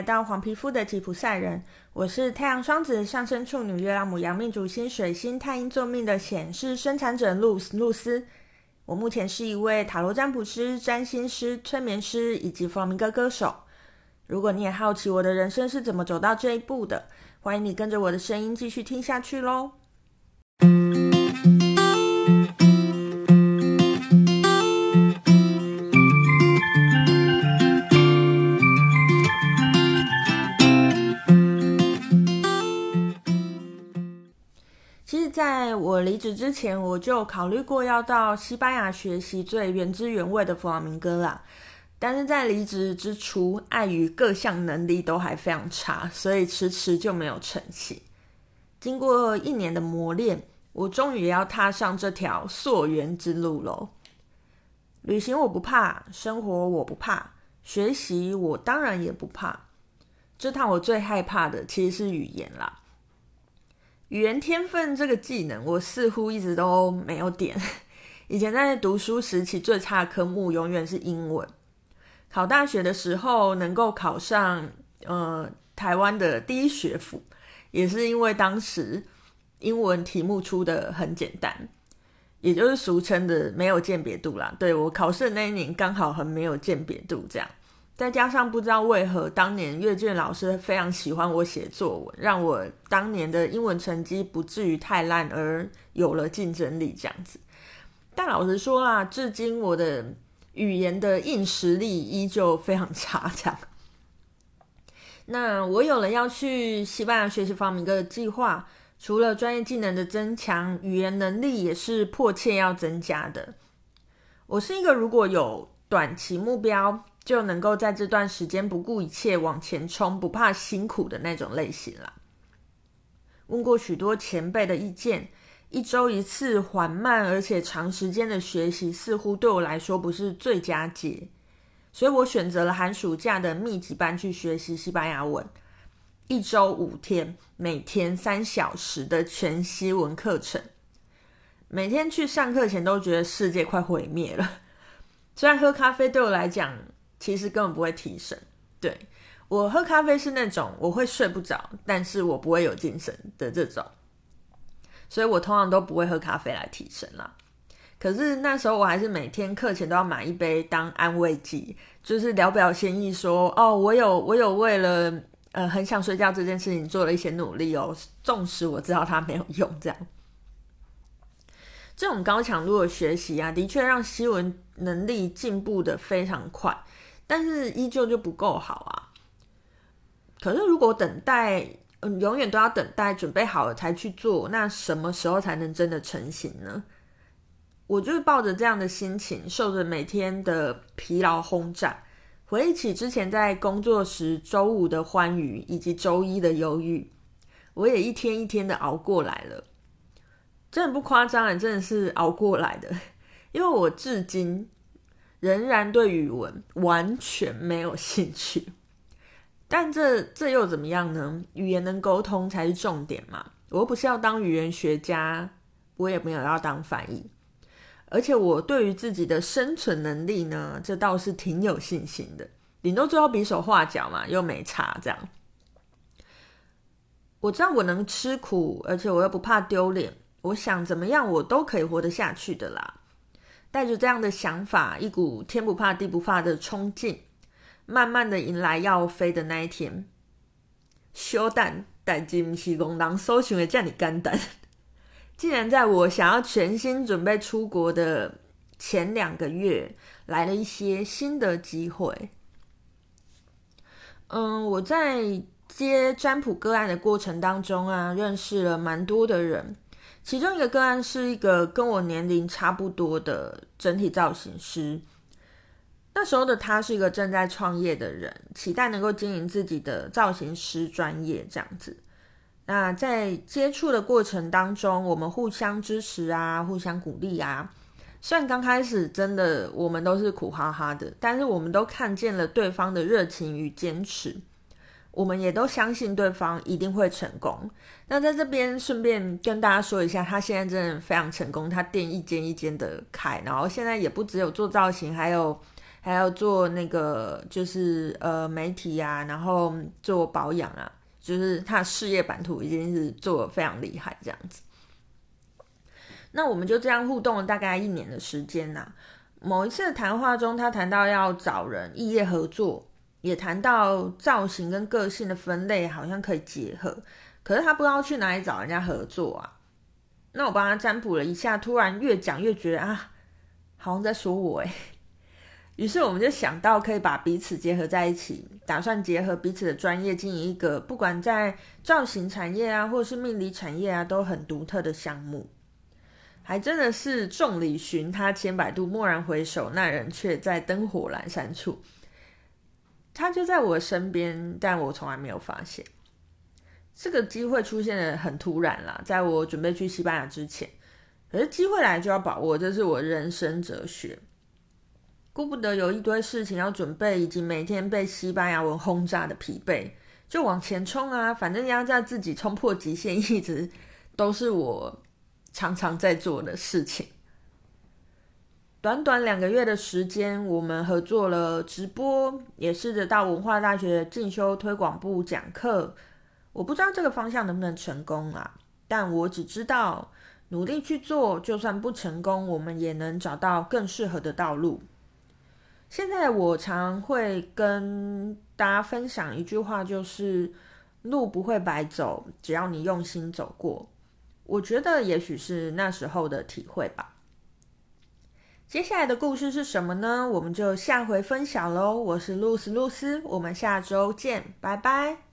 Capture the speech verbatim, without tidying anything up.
到黄皮肤的吉普赛人，我是太阳双子上升处女月亮牡羊命主星水星太阴座命的显示生产者露丝露丝。我目前是一位塔罗占卜师、占星师、催眠师以及弗朗明哥歌手。如果你也好奇我的人生是怎么走到这一步的，欢迎你跟着我的声音继续听下去咯。其实在我离职之前，我就考虑过要到西班牙学习最原汁原味的弗朗明哥啦。但是在离职之初，碍于各项能力都还非常差，所以迟迟就没有成型。经过一年的磨练，我终于要踏上这条溯源之路咯。旅行我不怕，生活我不怕，学习我当然也不怕。这趟我最害怕的其实是语言啦。语言天分这个技能我似乎一直都没有点。以前在读书时期最差的科目永远是英文。考大学的时候能够考上呃台湾的第一学府，也是因为当时英文题目出的很简单，也就是俗称的没有鉴别度啦。对，我考试的那一年刚好很没有鉴别度这样。再加上不知道为何当年阅卷老师非常喜欢我写作文，让我当年的英文成绩不至于太烂，而有了竞争力这样子。但老实说啦，至今我的语言的硬实力依旧非常差这样。那我有了要去西班牙学习弗朗明哥的计划，除了专业技能的增强，语言能力也是迫切要增加的。我是一个如果有短期目标就能够在这段时间不顾一切往前冲，不怕辛苦的那种类型啦。问过许多前辈的意见，一周一次缓慢而且长时间的学习似乎对我来说不是最佳解，所以我选择了寒暑假的密集班去学习西班牙文，一周五天，每天三小时的全西文课程。每天去上课前都觉得世界快毁灭了。虽然喝咖啡对我来讲其实根本不会提神，对，我喝咖啡是那种我会睡不着，但是我不会有精神的这种，所以我通常都不会喝咖啡来提神啦。可是那时候我还是每天课前都要买一杯当安慰剂，就是聊表心意说，哦，我有我有为了呃很想睡觉这件事情做了一些努力哦，纵使我知道它没有用这样。这种高强度的学习啊，的确让西文能力进步的非常快，但是依旧就不够好啊。可是如果等待嗯，永远都要等待准备好了才去做，那什么时候才能真的成型呢？我就是抱着这样的心情，受着每天的疲劳轰炸，回忆起之前在工作时周五的欢愉以及周一的忧郁，我也一天一天的熬过来了。真的不夸张，真的是熬过来的。因为我至今仍然对语文完全没有兴趣。但这这又怎么样呢？语言能沟通才是重点嘛。我又不是要当语言学家，我也没有要当翻译。而且我对于自己的生存能力呢，这倒是挺有信心的。顶多最后比手画脚嘛，又没差这样。我知道我能吃苦，而且我又不怕丢脸。我想怎么样我都可以活得下去的啦。带着这样的想法，一股天不怕地不怕的冲劲，慢慢的迎来要飞的那一天。小蛋代志不是讲人所想的这么简单。竟然在我想要全心准备出国的前两个月，来了一些新的机会。嗯，我在接占卜个案的过程当中啊，认识了蛮多的人。其中一个个案是一个跟我年龄差不多的整体造型师。那时候的他是一个正在创业的人，期待能够经营自己的造型师专业这样子。那在接触的过程当中，我们互相支持啊，互相鼓励啊。虽然刚开始真的我们都是苦哈哈的，但是我们都看见了对方的热情与坚持。我们也都相信对方一定会成功。那在这边顺便跟大家说一下，他现在真的非常成功，他店一间一间的开，然后现在也不只有做造型，还有还要做那个就是呃媒体啊，然后做保养啊，就是他的事业版图已经是做得非常厉害这样子。那我们就这样互动了大概一年的时间呐、啊。某一次的谈话中，他谈到要找人异业合作，也谈到造型跟个性的分类好像可以结合，可是他不知道去哪里找人家合作啊。那我帮他占卜了一下，突然越讲越觉得啊，好像在说我诶。于是我们就想到可以把彼此结合在一起，打算结合彼此的专业，经营一个不管在造型产业啊，或是命理产业啊，都很独特的项目。还真的是众里寻他千百度，蓦然回首，那人却在灯火阑珊处。他就在我身边，但我从来没有发现。这个机会出现的很突然啦，在我准备去西班牙之前。可是机会来就要把握，这是我人生哲学。顾不得有一堆事情要准备，以及每天被西班牙文轰炸的疲惫，就往前冲啊！反正压榨自己冲破极限，一直都是我常常在做的事情。短短两个月的时间，我们合作了直播，也试着到文化大学进修推广部讲课。我不知道这个方向能不能成功啊，但我只知道努力去做，就算不成功，我们也能找到更适合的道路。现在我常会跟大家分享一句话，就是路不会白走，只要你用心走过。我觉得也许是那时候的体会吧。接下来的故事是什么呢？我们就下回分享咯。我是露丝露丝，我们下周见，拜拜。